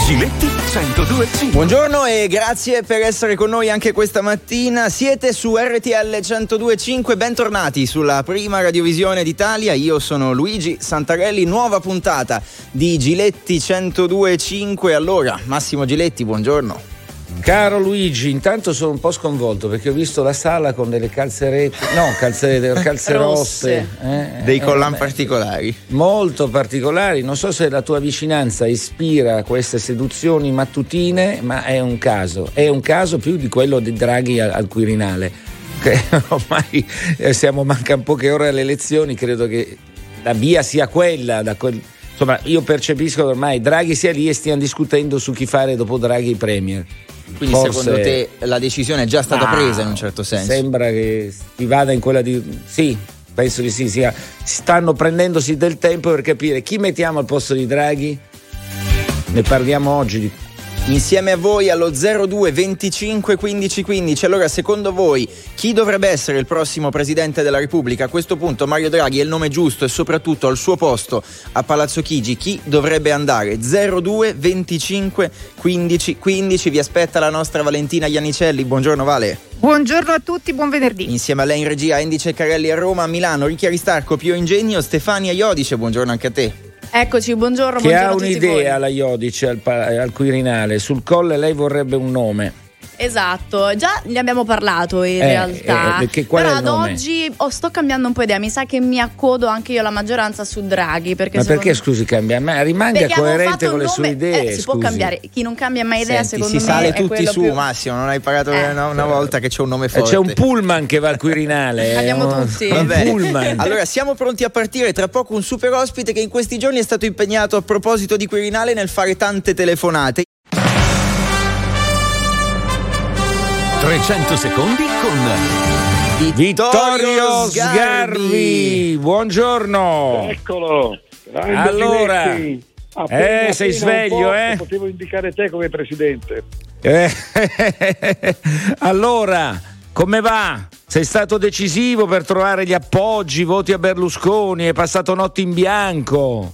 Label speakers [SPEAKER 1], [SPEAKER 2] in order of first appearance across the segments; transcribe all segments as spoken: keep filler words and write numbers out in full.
[SPEAKER 1] Giletti centodue e cinque.
[SPEAKER 2] Buongiorno e grazie per essere con noi anche questa mattina. Siete su R T L centodue e cinque, bentornati sulla prima radiovisione d'Italia. Io sono Luigi Santarelli, nuova puntata di Giletti centodue e cinque. Allora, Massimo Giletti, buongiorno.
[SPEAKER 3] Caro Luigi, intanto sono un po' sconvolto perché ho visto la sala con delle calzerette, no, calzerette, calze rosse, eh,
[SPEAKER 2] dei
[SPEAKER 3] eh,
[SPEAKER 2] collan
[SPEAKER 3] eh,
[SPEAKER 2] particolari.
[SPEAKER 3] Molto particolari. Non so se la tua vicinanza ispira queste seduzioni mattutine, ma è un caso, è un caso più di quello di Draghi al, al Quirinale. Che ormai eh, siamo mancano poche ore alle elezioni, credo che la via sia quella, da quel, insomma, io percepisco che ormai Draghi sia lì e stiano discutendo su chi fare dopo Draghi il premier.
[SPEAKER 2] Quindi
[SPEAKER 3] Forse,
[SPEAKER 2] secondo te la decisione è già stata
[SPEAKER 3] ah,
[SPEAKER 2] presa in un certo senso?
[SPEAKER 3] Sembra che si vada in quella di... Sì, penso di sì, sia. Stanno prendendosi del tempo per capire chi mettiamo al posto di Draghi. Ne parliamo oggi di...
[SPEAKER 2] Insieme a voi allo zero due venticinque quindici quindici. Allora, secondo voi chi dovrebbe essere il prossimo Presidente della Repubblica? A questo punto Mario Draghi è il nome giusto e soprattutto al suo posto a Palazzo Chigi chi dovrebbe andare? zero due venticinque quindici quindici. Vi aspetta la nostra Valentina Iannicelli. Buongiorno Vale.
[SPEAKER 4] Buongiorno a tutti, buon venerdì.
[SPEAKER 2] Insieme a lei in regia Andy Ceccarelli a Roma, a Milano Ricchi Aristarco, Pio Ingegno, Stefania Iodice. Buongiorno anche a te.
[SPEAKER 5] Eccoci, buongiorno.
[SPEAKER 3] Che
[SPEAKER 5] buongiorno
[SPEAKER 3] ha
[SPEAKER 5] a tutti
[SPEAKER 3] un'idea
[SPEAKER 5] voi.
[SPEAKER 3] la Iodice al, al Quirinale. Sul Colle lei vorrebbe un nome.
[SPEAKER 5] Esatto, già ne abbiamo parlato in
[SPEAKER 3] eh,
[SPEAKER 5] realtà,
[SPEAKER 3] eh, che, qual
[SPEAKER 5] però
[SPEAKER 3] è il
[SPEAKER 5] ad
[SPEAKER 3] nome?
[SPEAKER 5] oggi oh, sto cambiando un po' idea, mi sa che mi accodo anche io alla maggioranza su Draghi. Perché
[SPEAKER 3] Ma perché
[SPEAKER 5] secondo...
[SPEAKER 3] scusi cambia? Ma rimanga
[SPEAKER 5] perché
[SPEAKER 3] coerente con le
[SPEAKER 5] nome...
[SPEAKER 3] sue idee.
[SPEAKER 5] Eh, si
[SPEAKER 3] scusi.
[SPEAKER 5] può cambiare, chi non cambia mai idea.
[SPEAKER 2] Senti,
[SPEAKER 5] secondo
[SPEAKER 2] si
[SPEAKER 5] me
[SPEAKER 2] sale
[SPEAKER 5] è
[SPEAKER 2] tutti
[SPEAKER 5] quello
[SPEAKER 2] su
[SPEAKER 5] più...
[SPEAKER 2] Massimo, non hai pagato
[SPEAKER 5] eh.
[SPEAKER 2] una, una volta che c'è un nome
[SPEAKER 3] Eh,
[SPEAKER 2] forte.
[SPEAKER 3] c'è un pullman che va al Quirinale.
[SPEAKER 5] Andiamo
[SPEAKER 3] un...
[SPEAKER 5] tutti.
[SPEAKER 2] Va
[SPEAKER 3] un
[SPEAKER 2] bene.
[SPEAKER 3] pullman.
[SPEAKER 2] Allora siamo pronti a partire, tra poco un super ospite che in questi giorni è stato impegnato a proposito di Quirinale nel fare tante telefonate.
[SPEAKER 1] trecento secondi con
[SPEAKER 3] Vittorio Sgarbi. Buongiorno.
[SPEAKER 6] Eccolo. Grande
[SPEAKER 3] Allora,
[SPEAKER 6] Giletti. Appena,
[SPEAKER 3] eh, sei
[SPEAKER 6] appena
[SPEAKER 3] sveglio,
[SPEAKER 6] un po'
[SPEAKER 3] eh?
[SPEAKER 6] Potevo indicare te come presidente.
[SPEAKER 3] Eh, allora, come va? Sei stato decisivo per trovare gli appoggi, voti a Berlusconi, è passato notti in bianco.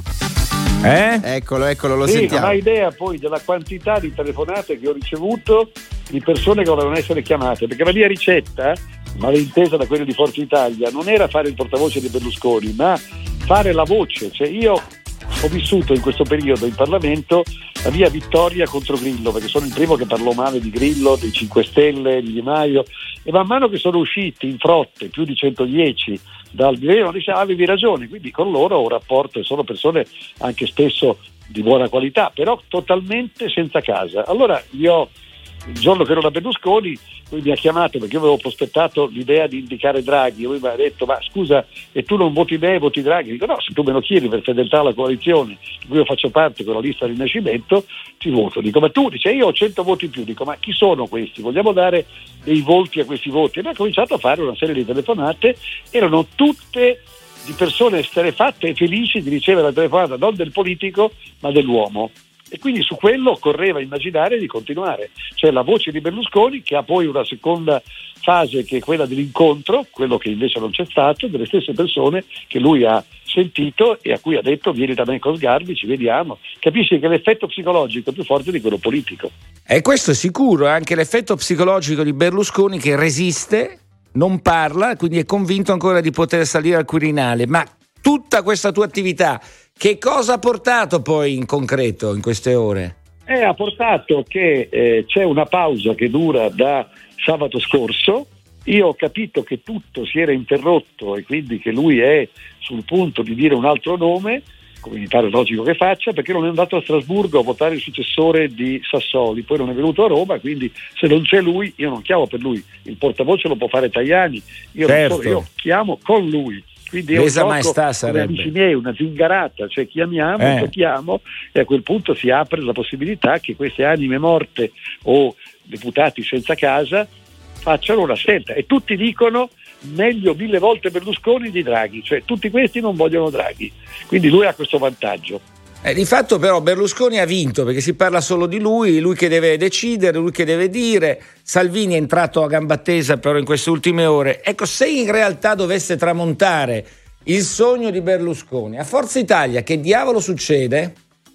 [SPEAKER 3] Eh?
[SPEAKER 2] Eccolo, eccolo, lo
[SPEAKER 6] Sì,
[SPEAKER 2] sentiamo.
[SPEAKER 6] non hai idea poi della quantità di telefonate che ho ricevuto di persone che volevano essere chiamate, perché la mia ricetta, malintesa da quella di Forza Italia, non era fare il portavoce di Berlusconi, ma fare la voce. Cioè io ho vissuto in questo periodo in Parlamento la mia vittoria contro Grillo, perché sono il primo che parlò male di Grillo, dei cinque Stelle, di Di Maio, e man mano che sono usciti in frotte più di centodieci dal governo, diceva avevi ragione, quindi con loro ho un rapporto e sono persone anche spesso di buona qualità, però totalmente senza casa. Allora io il giorno che ero da Berlusconi lui mi ha chiamato perché io avevo prospettato l'idea di indicare Draghi, lui mi ha detto ma scusa e tu non voti me, voti Draghi? Dico no, se tu me lo chiedi per fedeltà alla coalizione di cui io faccio parte con la lista di Rinascimento ti voto. Dico ma tu, dice io ho cento voti in più, dico ma chi sono questi? Vogliamo dare dei volti a questi voti? E abbiamo cominciato a fare una serie di telefonate, erano tutte di persone esterrefatte e felici di ricevere la telefonata non del politico ma dell'uomo. E quindi su quello occorreva immaginare di continuare, cioè la voce di Berlusconi che ha poi una seconda fase che è quella dell'incontro, quello che invece non c'è stato, delle stesse persone che lui ha sentito e a cui ha detto vieni da me con Sgarbi, ci vediamo. Capisci che l'effetto psicologico è più forte di quello politico.
[SPEAKER 3] E questo è sicuro, è anche l'effetto psicologico di Berlusconi che resiste, non parla, quindi è convinto ancora di poter salire al Quirinale. Ma tutta questa tua attività che cosa ha portato poi in concreto in queste ore?
[SPEAKER 6] Eh, ha portato che eh, c'è una pausa che dura da sabato scorso. Io ho capito che tutto si era interrotto e quindi che lui è sul punto di dire un altro nome, come mi pare logico che faccia, perché non è andato a Strasburgo a votare il successore di Sassoli, poi non è venuto a Roma, quindi se non c'è lui io non chiamo per lui, il portavoce lo può fare Tajani, io,
[SPEAKER 3] certo.
[SPEAKER 6] non so, io chiamo con lui. Quindi è un
[SPEAKER 3] Lesa
[SPEAKER 6] gioco,
[SPEAKER 3] maestà sarebbe.
[SPEAKER 6] come amici miei, una zingarata, cioè chiamiamo,
[SPEAKER 3] Eh.
[SPEAKER 6] giochiamo e a quel punto si apre la possibilità che queste anime morte o deputati senza casa facciano una scelta e tutti dicono meglio mille volte Berlusconi di Draghi, cioè tutti questi non vogliono Draghi, quindi lui ha questo vantaggio.
[SPEAKER 3] Eh, di fatto però Berlusconi ha vinto perché si parla solo di lui, lui che deve decidere, lui che deve dire. Salvini è entrato a gamba tesa però in queste ultime ore. Ecco, se in realtà dovesse tramontare il sogno di Berlusconi, a Forza Italia che diavolo succede?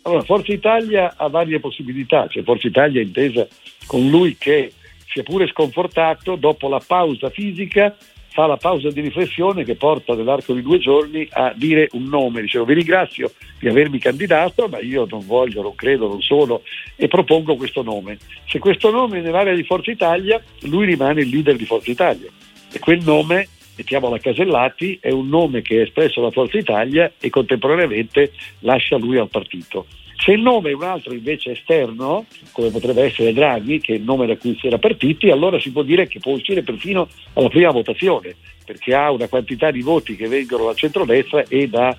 [SPEAKER 6] Allora, Forza Italia ha varie possibilità, cioè Forza Italia intesa con lui che, sia pure sconfortato, dopo la pausa fisica fa la pausa di riflessione che porta nell'arco di due giorni a dire un nome. Dicevo, vi ringrazio di avermi candidato, ma io non voglio, non credo, non sono, e propongo questo nome. Se questo nome è nell'area di Forza Italia, lui rimane il leader di Forza Italia, e quel nome, mettiamolo a Casellati, è un nome che è espresso da Forza Italia e contemporaneamente lascia lui al partito. Se il nome è un altro invece esterno, come potrebbe essere Draghi, che è il nome da cui si era partiti, allora si può dire che può uscire perfino alla prima votazione, perché ha una quantità di voti che vengono dal centrodestra e da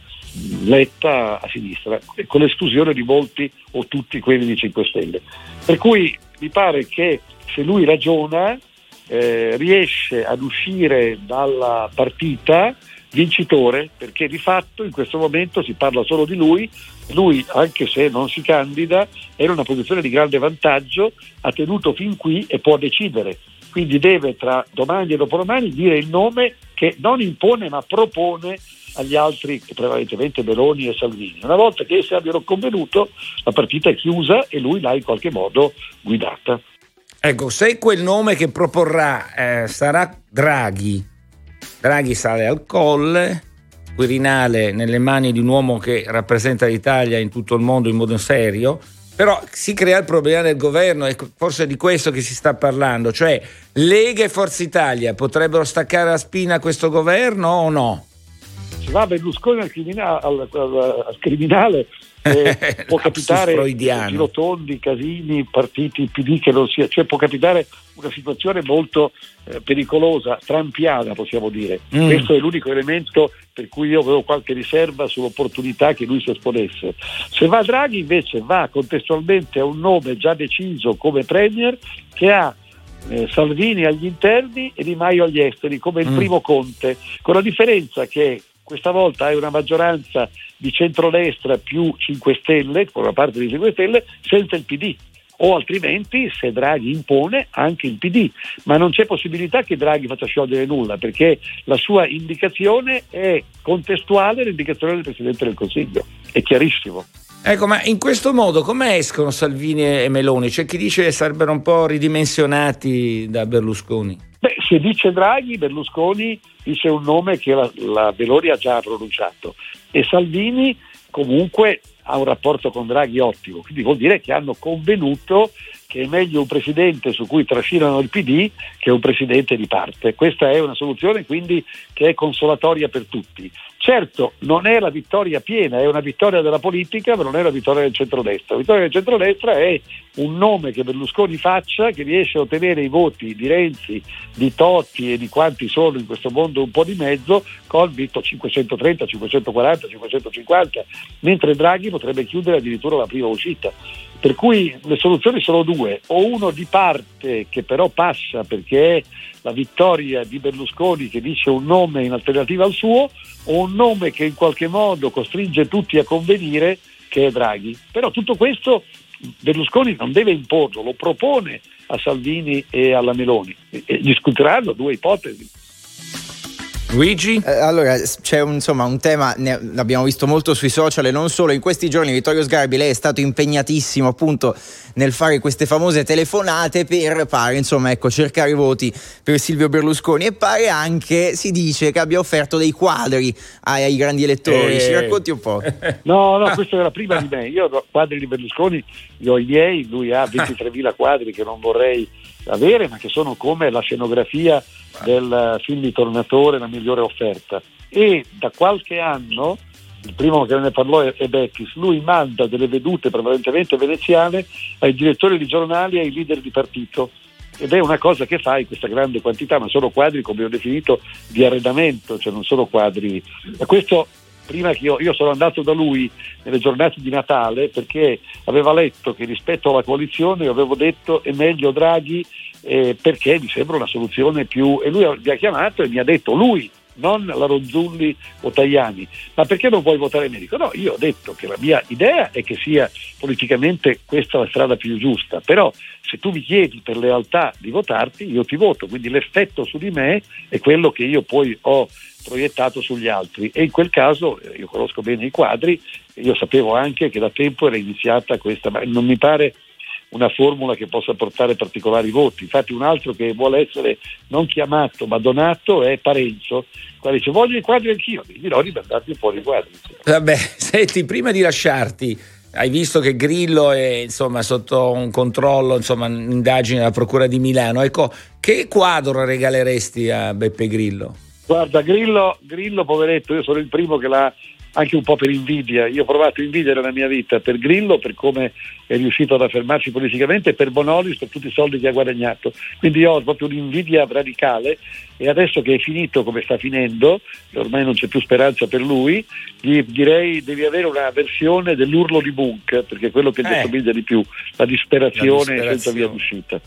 [SPEAKER 6] Letta a sinistra, con l'esclusione di molti o tutti quelli di cinque Stelle. Per cui mi pare che se lui ragiona, eh, riesce ad uscire dalla partita vincitore, perché di fatto in questo momento si parla solo di lui. Lui, anche se non si candida, è in una posizione di grande vantaggio, ha tenuto fin qui e può decidere, quindi deve tra domani e dopodomani dire il nome che non impone ma propone agli altri, prevalentemente Meloni e Salvini. Una volta che essi abbiano convenuto, la partita è chiusa e lui l'ha in qualche modo guidata.
[SPEAKER 3] Ecco, se quel nome che proporrà eh, sarà Draghi, Draghi sale al Colle, Quirinale nelle mani di un uomo che rappresenta l'Italia in tutto il mondo in modo serio, però si crea il problema del governo, e forse è di questo che si sta parlando, cioè Lega e Forza Italia potrebbero staccare la spina a questo governo o no?
[SPEAKER 6] Se va Berlusconi al criminale, al, al, al criminale eh, può capitare girotondi, casini, partiti P D che non sia, cioè può capitare una situazione molto eh, pericolosa, trampiana possiamo dire. Mm. Questo è l'unico elemento per cui io avevo qualche riserva sull'opportunità che lui si esponesse. Se va Draghi invece va contestualmente a un nome già deciso come premier, che ha eh, Salvini agli interni e Di Maio agli esteri come il mm. primo Conte, con la differenza che questa volta hai una maggioranza di centrodestra più cinque Stelle, con una parte di cinque Stelle, senza il P D. O altrimenti, se Draghi impone, anche il P D. Ma non c'è possibilità che Draghi faccia sciogliere nulla, perché la sua indicazione è contestuale all'indicazione del Presidente del Consiglio. È chiarissimo.
[SPEAKER 3] Ecco, ma in questo modo come escono Salvini e Meloni? C'è chi dice che sarebbero un po' ridimensionati da Berlusconi.
[SPEAKER 6] Beh, se dice Draghi, Berlusconi dice un nome che la, la Meloni ha già pronunciato, e Salvini comunque ha un rapporto con Draghi ottimo, quindi vuol dire che hanno convenuto che è meglio un presidente su cui trascinano il P D che un presidente di parte. Questa è una soluzione quindi che è consolatoria per tutti. Certo, non è la vittoria piena, è una vittoria della politica, ma non è la vittoria del centrodestra. La vittoria del centrodestra è un nome che Berlusconi faccia, che riesce a ottenere i voti di Renzi, di Totti e di quanti sono in questo mondo un po' di mezzo, con vinto cinquecentotrenta, cinquecentoquaranta, cinquecentocinquanta, mentre Draghi potrebbe chiudere addirittura la prima uscita. Per cui le soluzioni sono due: o uno di parte che però passa perché è la vittoria di Berlusconi che dice un nome in alternativa al suo, o un nome che in qualche modo costringe tutti a convenire, che è Draghi. Però tutto questo Berlusconi non deve imporlo, lo propone a Salvini e alla Meloni e, e discuteranno due ipotesi.
[SPEAKER 3] Luigi?
[SPEAKER 2] Eh, allora c'è un, insomma un tema, ne l'abbiamo visto molto sui social e non solo. In questi giorni Vittorio Sgarbi, lei è stato impegnatissimo appunto nel fare queste famose telefonate per, pare insomma ecco, cercare voti per Silvio Berlusconi, e pare anche, si dice, che abbia offerto dei quadri ai, ai grandi elettori.
[SPEAKER 3] Eh.
[SPEAKER 2] Ci racconti un po'?
[SPEAKER 6] No, no, questa era prima di me. Io ho quadri di Berlusconi, io ho i miei, lui ha ventitremila quadri che non vorrei avere, ma che sono come la scenografia del film di Tornatore, La migliore offerta. E da qualche anno, il primo che ne parlò è Becchis, lui manda delle vedute prevalentemente veneziane ai direttori di giornali e ai leader di partito, ed è una cosa che fa in questa grande quantità, ma sono quadri, come ho definito, di arredamento, cioè non sono quadri. E questo prima che io, io sono andato da lui nelle giornate di Natale, perché aveva letto che rispetto alla coalizione io avevo detto è meglio Draghi, eh, perché mi sembra una soluzione più, e lui mi ha chiamato e mi ha detto, lui non la Ronzulli o Tajani. Ma perché non vuoi votare medico? No, io ho detto che la mia idea è che sia politicamente questa la strada più giusta, però se tu mi chiedi per lealtà di votarti, io ti voto, quindi l'effetto su di me è quello che io poi ho proiettato sugli altri, e in quel caso io conosco bene i quadri, io sapevo anche che da tempo era iniziata questa, ma non mi pare una formula che possa portare particolari voti. Infatti un altro che vuole essere non chiamato ma donato è Parenzo, quale dice voglio i quadri anch'io, mi dirò di mandarti fuori i quadri.
[SPEAKER 3] Vabbè, senti, prima di lasciarti, hai visto che Grillo è insomma sotto un controllo, insomma un'indagine della Procura di Milano, ecco, che quadro regaleresti a Beppe Grillo?
[SPEAKER 6] Guarda, Grillo, Grillo poveretto, io sono il primo che l'ha, anche un po' per invidia, io ho provato invidia nella mia vita per Grillo, per come è riuscito ad affermarsi politicamente, e per Bonolis, per tutti i soldi che ha guadagnato, quindi io ho proprio un'invidia radicale, e adesso che è finito come sta finendo, ormai non c'è più speranza per lui, gli direi devi avere una versione dell'urlo di Munch, perché è quello che gli
[SPEAKER 3] eh.
[SPEAKER 6] assomiglia di più, la disperazione,
[SPEAKER 3] la disperazione
[SPEAKER 6] senza via d'uscita.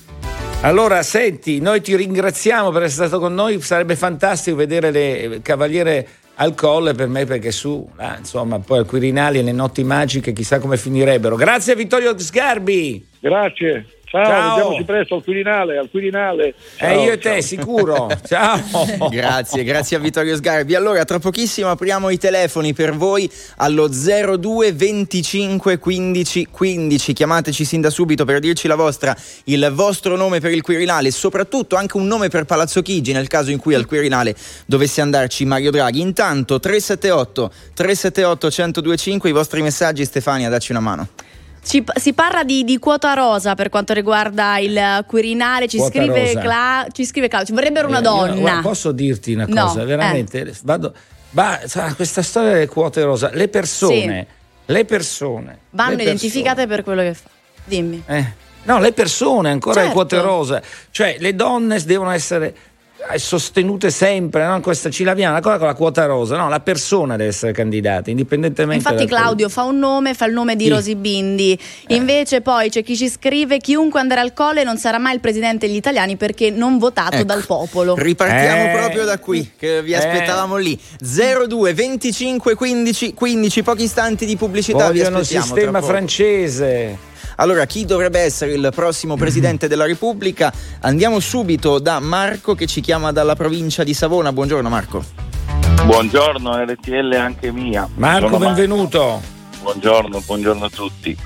[SPEAKER 3] Allora, senti, noi ti ringraziamo per essere stato con noi, sarebbe fantastico vedere le Cavaliere al Colle per me, perché su, ah, insomma, poi al Quirinale e le notti magiche chissà come finirebbero. Grazie a Vittorio Sgarbi.
[SPEAKER 6] Grazie. Ciao,
[SPEAKER 3] Ciao.
[SPEAKER 6] vediamoci presto al Quirinale, al Quirinale. Ciao,
[SPEAKER 3] eh, io e te,
[SPEAKER 6] ciao.
[SPEAKER 3] sicuro. Ciao.
[SPEAKER 2] Grazie, grazie a Vittorio Sgarbi. Allora, tra pochissimo apriamo i telefoni per voi allo zero due venticinque quindici quindici. Chiamateci sin da subito per dirci la vostra, il vostro nome per il Quirinale, soprattutto anche un nome per Palazzo Chigi nel caso in cui al Quirinale dovesse andarci Mario Draghi. Intanto tre sette otto tre sette otto uno zero due cinque, i vostri messaggi. Stefania, dacci una mano.
[SPEAKER 5] Ci, si parla di, di quota rosa per quanto riguarda il Quirinale, ci
[SPEAKER 3] Quota
[SPEAKER 5] scrive,
[SPEAKER 3] rosa.
[SPEAKER 5] Cla- ci scrive Claudio, ci vorrebbero una
[SPEAKER 3] Eh,
[SPEAKER 5] donna.
[SPEAKER 3] io- guarda, posso dirti una
[SPEAKER 5] No,
[SPEAKER 3] cosa, veramente,
[SPEAKER 5] eh.
[SPEAKER 3] vado, va, sa, questa storia delle quote rosa, le persone, le persone
[SPEAKER 5] Vanno
[SPEAKER 3] le
[SPEAKER 5] identificate
[SPEAKER 3] persone,
[SPEAKER 5] per quello che fa. Dimmi.
[SPEAKER 3] eh, no, le persone ancora
[SPEAKER 5] Certo.
[SPEAKER 3] le quote rosa, cioè le donne devono essere sostenute sempre, no? Questa ci laviamo una cosa con la quota rosa, no, la persona deve essere candidata indipendentemente.
[SPEAKER 5] Infatti
[SPEAKER 3] dal
[SPEAKER 5] Claudio fa un nome, fa il nome di
[SPEAKER 3] Sì.
[SPEAKER 5] Rosy Bindi,
[SPEAKER 3] Eh.
[SPEAKER 5] invece poi c'è chi ci scrive chiunque andrà al Colle non sarà mai il presidente degli italiani perché non votato
[SPEAKER 2] Ecco,
[SPEAKER 5] dal popolo.
[SPEAKER 2] Ripartiamo
[SPEAKER 3] Eh.
[SPEAKER 2] proprio da qui, che vi
[SPEAKER 3] Eh.
[SPEAKER 2] aspettavamo lì. zero due venticinque quindici quindici, pochi istanti di pubblicità. Vi
[SPEAKER 3] Vogliono il
[SPEAKER 2] aspettiamo
[SPEAKER 3] sistema
[SPEAKER 2] tra poco.
[SPEAKER 3] francese.
[SPEAKER 2] Allora, chi dovrebbe essere il prossimo presidente della Repubblica? Andiamo subito da Marco che ci chiama dalla provincia di Savona. Buongiorno Marco.
[SPEAKER 7] Buongiorno, R T L anche mia.
[SPEAKER 3] Marco,
[SPEAKER 7] Sono
[SPEAKER 3] benvenuto.
[SPEAKER 7] Marco. Buongiorno, buongiorno a tutti.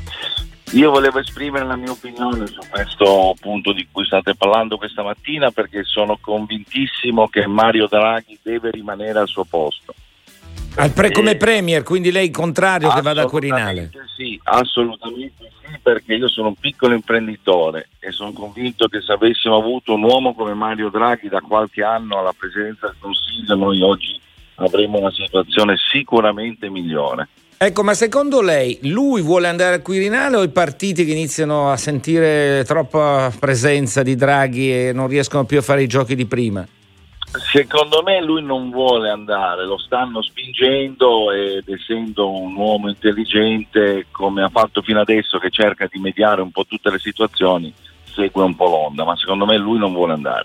[SPEAKER 7] Io volevo esprimere la mia opinione su questo punto di cui state parlando questa mattina, perché sono convintissimo che Mario Draghi deve rimanere al suo posto.
[SPEAKER 3] Al pre-
[SPEAKER 7] Eh,
[SPEAKER 3] come premier, quindi lei contrario che vada al Quirinale?
[SPEAKER 7] Assolutamente sì, assolutamente sì, perché io sono un piccolo imprenditore e sono convinto che se avessimo avuto un uomo come Mario Draghi da qualche anno alla presidenza del Consiglio, noi oggi avremmo una situazione sicuramente migliore.
[SPEAKER 3] Ecco, ma secondo lei lui vuole andare al Quirinale o i partiti che iniziano a sentire troppa presenza di Draghi e non riescono più a fare i giochi di prima?
[SPEAKER 7] Secondo me lui non vuole andare, lo stanno spingendo, ed essendo un uomo intelligente come ha fatto fino adesso, che cerca di mediare un po' tutte le situazioni, segue un po' l'onda, ma secondo me lui non vuole andare.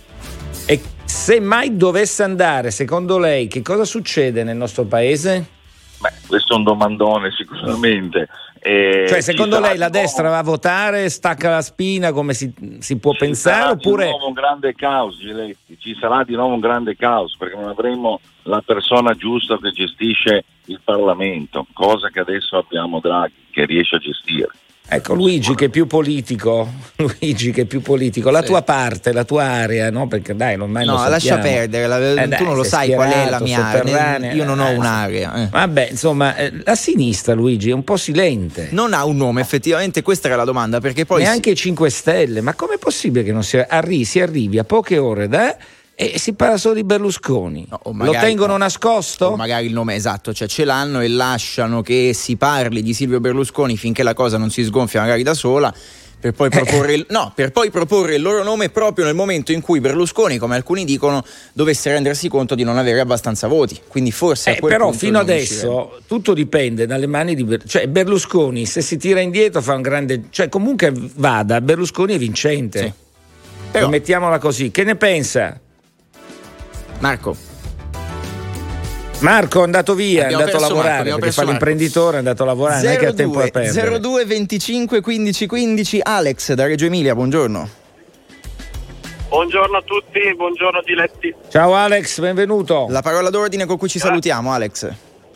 [SPEAKER 3] E se mai dovesse andare, secondo lei, che cosa succede nel nostro paese?
[SPEAKER 7] Beh, questo è un domandone sicuramente. Eh,
[SPEAKER 3] Cioè, secondo
[SPEAKER 7] ci sarà
[SPEAKER 3] lei la
[SPEAKER 7] di nuovo-
[SPEAKER 3] destra va a votare, stacca la spina come si, si può
[SPEAKER 7] ci
[SPEAKER 3] pensare,
[SPEAKER 7] sarà
[SPEAKER 3] oppure...
[SPEAKER 7] di nuovo un grande caos, Giletti, ci sarà di nuovo un grande caos, perché non avremo la persona giusta che gestisce il Parlamento, cosa che adesso abbiamo Draghi che riesce a gestire.
[SPEAKER 3] Ecco, Luigi che è più politico, Luigi che è più politico, la
[SPEAKER 2] Sì.
[SPEAKER 3] tua parte, la tua area, no? Perché dai, non mai lo
[SPEAKER 2] No,
[SPEAKER 3] sappiamo.
[SPEAKER 2] lascia perdere, la-
[SPEAKER 3] Eh,
[SPEAKER 2] tu
[SPEAKER 3] dai,
[SPEAKER 2] non lo
[SPEAKER 3] sei
[SPEAKER 2] sai qual è la
[SPEAKER 3] schierato,
[SPEAKER 2] mia area,
[SPEAKER 3] sotterranea,
[SPEAKER 2] io non ho
[SPEAKER 3] eh,
[SPEAKER 2] un'area. eh.
[SPEAKER 3] Vabbè, insomma, eh, la sinistra, Luigi, è un po' silente.
[SPEAKER 2] Non ha un nome, effettivamente questa era la domanda, perché poi
[SPEAKER 3] Neanche i cinque Stelle, ma com'è possibile che non si, arri- si arrivi a poche ore da e si parla solo di Berlusconi?
[SPEAKER 2] No, o
[SPEAKER 3] Lo
[SPEAKER 2] magari-
[SPEAKER 3] tengono
[SPEAKER 2] no,
[SPEAKER 3] nascosto?
[SPEAKER 2] o magari il nome esatto, cioè ce l'hanno e lasciano che si parli di Silvio Berlusconi finché la cosa non si sgonfia magari da sola, per poi proporre il, no, per poi proporre il loro nome proprio nel momento in cui Berlusconi, come alcuni dicono, dovesse rendersi conto di non avere abbastanza voti. Quindi forse a
[SPEAKER 3] Eh,
[SPEAKER 2] quel
[SPEAKER 3] però
[SPEAKER 2] punto
[SPEAKER 3] fino
[SPEAKER 2] non
[SPEAKER 3] adesso
[SPEAKER 2] uscirebbe.
[SPEAKER 3] tutto dipende dalle mani di Ber- cioè Berlusconi, se si tira indietro fa un grande, cioè comunque vada, Berlusconi è vincente.
[SPEAKER 2] Sì. Però-
[SPEAKER 3] Mettiamola così. Che ne pensa?
[SPEAKER 2] Marco,
[SPEAKER 3] Marco è andato via,
[SPEAKER 2] Abbiamo
[SPEAKER 3] è andato a lavorare,
[SPEAKER 2] Marco,
[SPEAKER 3] perché fa
[SPEAKER 2] Marco.
[SPEAKER 3] l'imprenditore, è andato a lavorare, non è che ha tempo a perdere.
[SPEAKER 2] zero due venticinque quindici quindici Alex da Reggio Emilia, buongiorno.
[SPEAKER 8] Buongiorno a tutti, buongiorno diletti.
[SPEAKER 3] Ciao Alex, benvenuto.
[SPEAKER 2] La parola d'ordine con cui ci
[SPEAKER 8] Grazie.
[SPEAKER 2] salutiamo, Alex.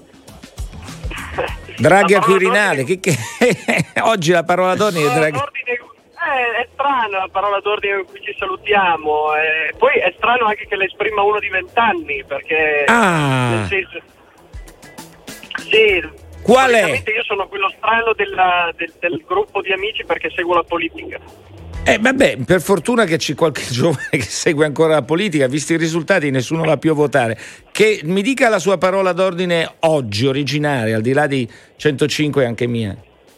[SPEAKER 3] Draghi
[SPEAKER 8] La
[SPEAKER 3] al
[SPEAKER 8] parola
[SPEAKER 3] Quirinale, che, che... oggi la parola d'ordine è Draghi.
[SPEAKER 8] Eh, è strano la parola d'ordine con cui ci salutiamo, eh, poi è strano anche che l'esprima uno di vent'anni, perché
[SPEAKER 3] Ah.
[SPEAKER 8] nel senso, sì,
[SPEAKER 3] Qual è?
[SPEAKER 8] io sono quello strano della, del, del gruppo di amici perché seguo la politica.
[SPEAKER 3] Eh vabbè, per fortuna che c'è qualche giovane che segue ancora la politica, visti i risultati nessuno va più a votare. Che mi dica la sua parola d'ordine oggi, originale, al di là di centocinque anche mia.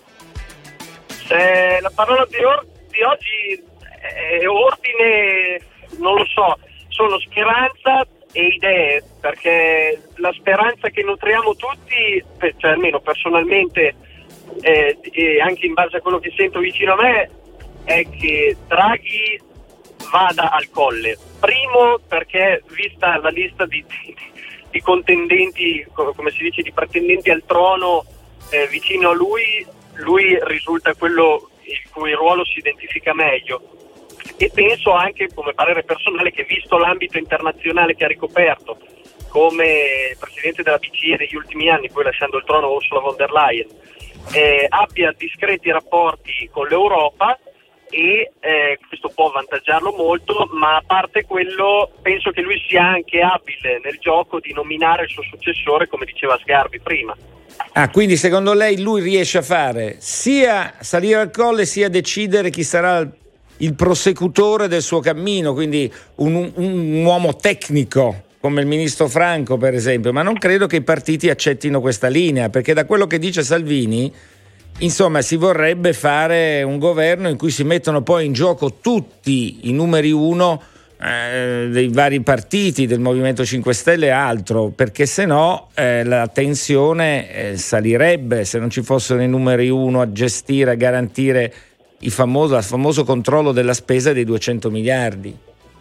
[SPEAKER 8] Eh, la parola di, or- di oggi è ordine, non lo so, sono speranza e idee, perché la speranza che nutriamo tutti, cioè almeno personalmente eh, e anche in base a quello che sento vicino a me, è che Draghi vada al Colle. Primo perché vista la lista di, di, di contendenti, come si dice, di pretendenti al trono eh, vicino a lui, lui risulta quello il cui ruolo si identifica meglio, e penso anche, come parere personale, che visto l'ambito internazionale che ha ricoperto come presidente della B C E negli ultimi anni, poi lasciando il trono Ursula von der Leyen, eh, abbia discreti rapporti con l'Europa e eh, questo può avvantaggiarlo molto, ma a parte quello penso che lui sia anche abile nel gioco di nominare il suo successore, come diceva Sgarbi prima.
[SPEAKER 3] Ah, quindi secondo lei lui riesce a fare sia salire al Colle sia decidere chi sarà il prosecutore del suo cammino, quindi un, un, un uomo tecnico come il ministro Franco per esempio, ma non credo che i partiti accettino questa linea, perché da quello che dice Salvini, insomma, si vorrebbe fare un governo in cui si mettono poi in gioco tutti i numeri uno eh, dei vari partiti, del Movimento cinque Stelle e altro, perché se no eh, la tensione eh, salirebbe se non ci fossero i numeri uno a gestire, a garantire il famoso, il famoso controllo della spesa dei duecento miliardi.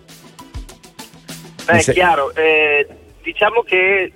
[SPEAKER 8] Beh, è chiaro, eh, diciamo che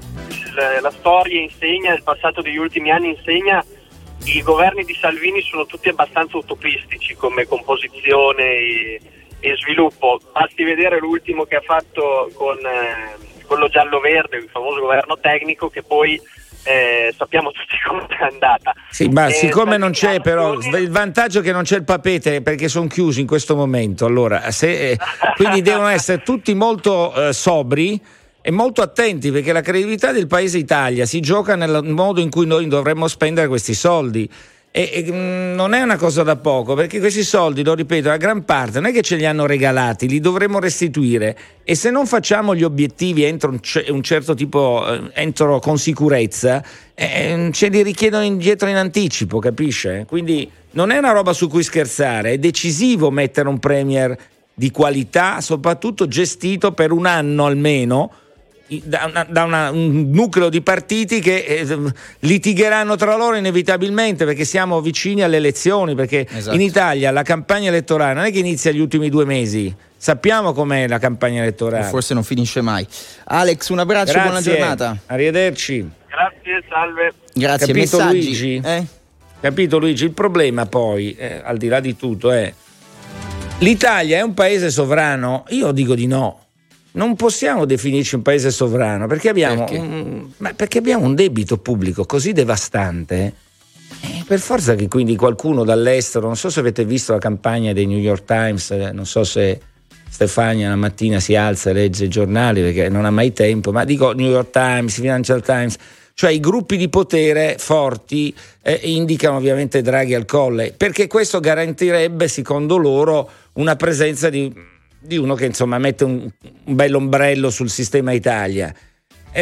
[SPEAKER 8] il, la storia insegna, il passato degli ultimi anni insegna, i governi di Salvini sono tutti abbastanza utopistici come composizione e, e sviluppo. Basti vedere l'ultimo che ha fatto con eh, quello giallo-verde, il famoso governo tecnico, che poi eh, sappiamo tutti come è andata.
[SPEAKER 3] Sì, ma
[SPEAKER 8] eh,
[SPEAKER 3] siccome non c'è però
[SPEAKER 8] azioni...
[SPEAKER 3] il vantaggio è che non c'è il papete perché sono chiusi in questo momento, allora se, eh, quindi devono essere tutti molto eh, sobri e molto attenti, perché la credibilità del paese Italia si gioca nel modo in cui noi dovremmo spendere questi soldi e, e non è una cosa da poco, perché questi soldi, lo ripeto, la gran parte non è che ce li hanno regalati, li dovremmo restituire, e se non facciamo gli obiettivi entro un, c- un certo tipo eh, entro con sicurezza eh, ce li richiedono indietro in anticipo, capisce? Quindi non è una roba su cui scherzare, è decisivo mettere un premier di qualità, soprattutto gestito per un anno almeno da, una, da una, un nucleo di partiti che eh, litigheranno tra loro inevitabilmente, perché siamo vicini alle elezioni, perché
[SPEAKER 2] esatto.
[SPEAKER 3] In Italia la campagna elettorale non è che inizia gli ultimi due mesi, sappiamo com'è la campagna elettorale,
[SPEAKER 2] forse non finisce mai. Alex, un abbraccio,
[SPEAKER 3] Grazie.
[SPEAKER 2] Buona giornata.
[SPEAKER 3] Arrivederci.
[SPEAKER 8] Grazie, salve.
[SPEAKER 2] Grazie.
[SPEAKER 3] Capito,
[SPEAKER 2] Messaggi?
[SPEAKER 3] Luigi?
[SPEAKER 2] Eh?
[SPEAKER 3] Capito Luigi? Il problema poi eh, al di là di tutto è l'Italia è un paese sovrano? Io dico di no. Non possiamo definirci un paese sovrano perché abbiamo,
[SPEAKER 2] perché?
[SPEAKER 3] Un, ma perché abbiamo un debito pubblico così devastante. Eh, per forza che quindi qualcuno dall'estero, non so se avete visto la campagna dei New York Times, eh, non so se Stefania la mattina si alza e legge i giornali perché non ha mai tempo, ma dico New York Times, Financial Times, cioè i gruppi di potere forti eh, indicano ovviamente Draghi al Colle, perché questo garantirebbe, secondo loro, una presenza di di uno che insomma mette un, un bel ombrello sul sistema Italia. E,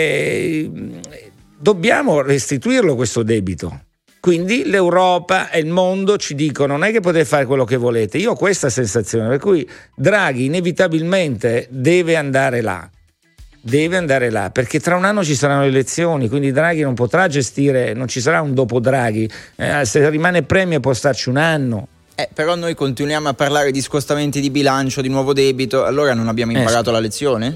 [SPEAKER 3] e, dobbiamo restituirlo questo debito. Quindi l'Europa e il mondo ci dicono non è che potete fare quello che volete. Io ho questa sensazione, per cui Draghi inevitabilmente deve andare là. Deve andare là, perché tra un anno ci saranno le elezioni, quindi Draghi non potrà gestire, non ci sarà un dopo Draghi. Eh, se rimane premio può starci un anno.
[SPEAKER 2] Eh, però noi continuiamo a parlare di scostamenti di bilancio, di nuovo debito, allora non abbiamo imparato
[SPEAKER 3] eh,
[SPEAKER 2] la lezione?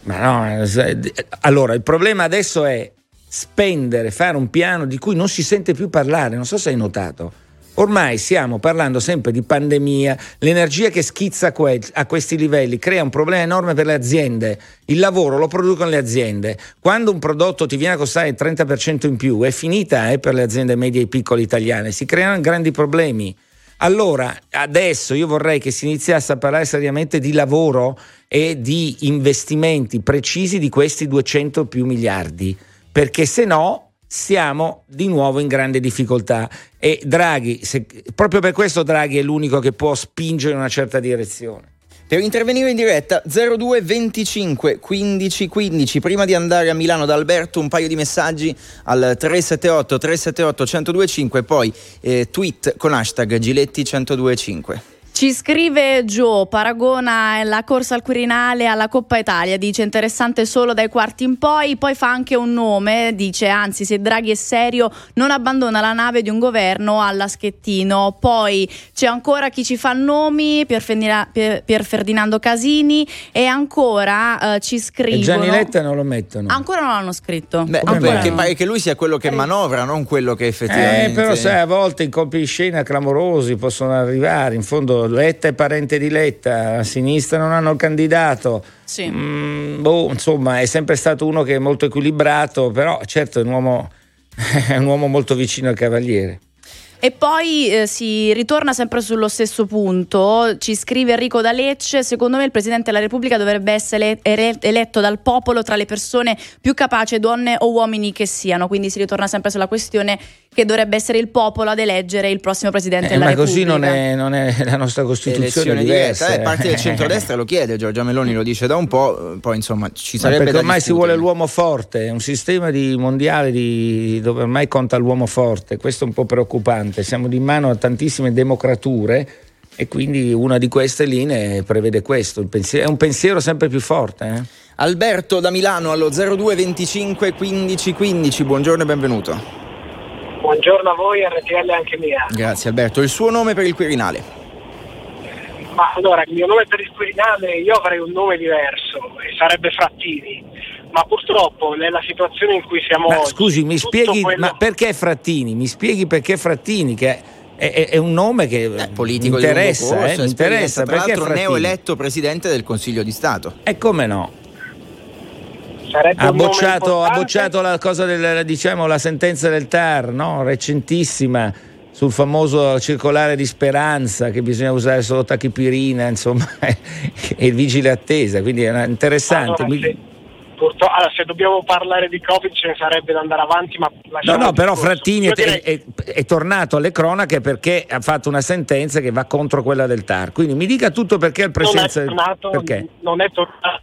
[SPEAKER 3] Ma no, allora il problema adesso è spendere, fare un piano di cui non si sente più parlare, non so se hai notato. Ormai stiamo parlando sempre di pandemia, l'energia che schizza que- a questi livelli crea un problema enorme per le aziende, il lavoro lo producono le aziende, quando un prodotto ti viene a costare il trenta per cento in più è finita eh, per le aziende medie e piccole italiane, si creano grandi problemi. Allora adesso io vorrei che si iniziasse a parlare seriamente di lavoro e di investimenti precisi di questi duecento più miliardi, perché se no siamo di nuovo in grande difficoltà e Draghi, se, proprio per questo Draghi è l'unico che può spingere in una certa direzione.
[SPEAKER 2] Per intervenire in diretta zero due venticinque quindici quindici, prima di andare a Milano da Alberto un paio di messaggi al tre sette otto tre sette otto uno zero due cinque, poi eh, tweet con hashtag Giletti centodue e cinque.
[SPEAKER 5] Ci scrive Gio, paragona la corsa al Quirinale alla Coppa Italia, dice interessante solo dai quarti in poi, poi fa anche un nome, dice anzi se Draghi è serio non abbandona la nave di un governo alla Schettino. Poi c'è ancora chi ci fa nomi, Pier, Ferdina, Pier, Pier Ferdinando Casini, e ancora uh, ci scrivono...
[SPEAKER 3] E Gianni Letta non lo mettono?
[SPEAKER 5] Ancora non l'hanno scritto.
[SPEAKER 2] Beh, perché no. Pare che lui sia quello che manovra, non quello che effettivamente...
[SPEAKER 3] Eh, però sai, a volte i colpi di scena clamorosi possono arrivare, in fondo Letta è parente di Letta, a sinistra non hanno candidato,
[SPEAKER 5] sì.
[SPEAKER 3] mm, boh, insomma è sempre stato uno che è molto equilibrato, però certo è un uomo, è un uomo molto vicino al Cavaliere.
[SPEAKER 5] E poi eh, si ritorna sempre sullo stesso punto, ci scrive Enrico da Lecce, secondo me il Presidente della Repubblica dovrebbe essere eletto dal popolo tra le persone più capaci, donne o uomini che siano, quindi si ritorna sempre sulla questione che dovrebbe essere il popolo ad eleggere il prossimo Presidente
[SPEAKER 3] eh,
[SPEAKER 5] della
[SPEAKER 3] ma
[SPEAKER 5] Repubblica.
[SPEAKER 3] Ma così non è, non è la nostra Costituzione
[SPEAKER 2] Elezione
[SPEAKER 3] diversa.
[SPEAKER 2] diretta, eh, parte del centrodestra lo chiede, Giorgia Meloni lo dice da un po', poi insomma ci sarebbe
[SPEAKER 3] ma perché
[SPEAKER 2] da
[SPEAKER 3] ormai
[SPEAKER 2] discutere.
[SPEAKER 3] Si vuole l'uomo forte, è un sistema di mondiale di, dove ormai conta l'uomo forte, questo è un po' preoccupante, siamo di mano a tantissime democrature e quindi una di queste linee prevede questo, il pensiero, è un pensiero sempre più forte. Eh?
[SPEAKER 2] Alberto da Milano allo zero due venticinque quindici quindici, buongiorno e benvenuto.
[SPEAKER 8] Buongiorno a voi, R T L anche mia.
[SPEAKER 2] Grazie Alberto, il suo nome per il Quirinale?
[SPEAKER 8] Ma allora, il mio nome per il Quirinale, io avrei un nome diverso e sarebbe Frattini, ma purtroppo nella situazione in cui siamo
[SPEAKER 3] ma
[SPEAKER 8] oggi...
[SPEAKER 3] Scusi, mi spieghi,
[SPEAKER 8] quello...
[SPEAKER 3] ma perché Frattini? Mi spieghi perché Frattini, che è, è, è un nome che
[SPEAKER 2] eh, politico
[SPEAKER 3] mi interessa,
[SPEAKER 2] corso,
[SPEAKER 3] eh, mi interessa,
[SPEAKER 2] tra
[SPEAKER 3] perché
[SPEAKER 2] l'altro
[SPEAKER 3] Frattini?
[SPEAKER 2] neoeletto Presidente del Consiglio di Stato.
[SPEAKER 3] E come no?
[SPEAKER 8] Sarebbe
[SPEAKER 3] Ha
[SPEAKER 8] un nome
[SPEAKER 3] bocciato, ha
[SPEAKER 8] importante.
[SPEAKER 3] bocciato la cosa del, diciamo, la sentenza del T A R, no? Recentissima, sul famoso circolare di Speranza che bisogna usare solo tachipirina, insomma, e il vigile attesa, quindi è interessante.
[SPEAKER 8] Allora,
[SPEAKER 3] Mi...
[SPEAKER 8] se, purtroppo, allora, se dobbiamo parlare di Covid ce ne sarebbe da andare avanti, ma
[SPEAKER 3] No, no, però
[SPEAKER 8] discorso.
[SPEAKER 3] Frattini è,
[SPEAKER 8] direi...
[SPEAKER 3] è, è tornato alle cronache perché ha fatto una sentenza che va contro quella del T A R. Quindi mi dica tutto perché il Presidente...
[SPEAKER 8] non è tornato,
[SPEAKER 3] perché?
[SPEAKER 8] non è tornato.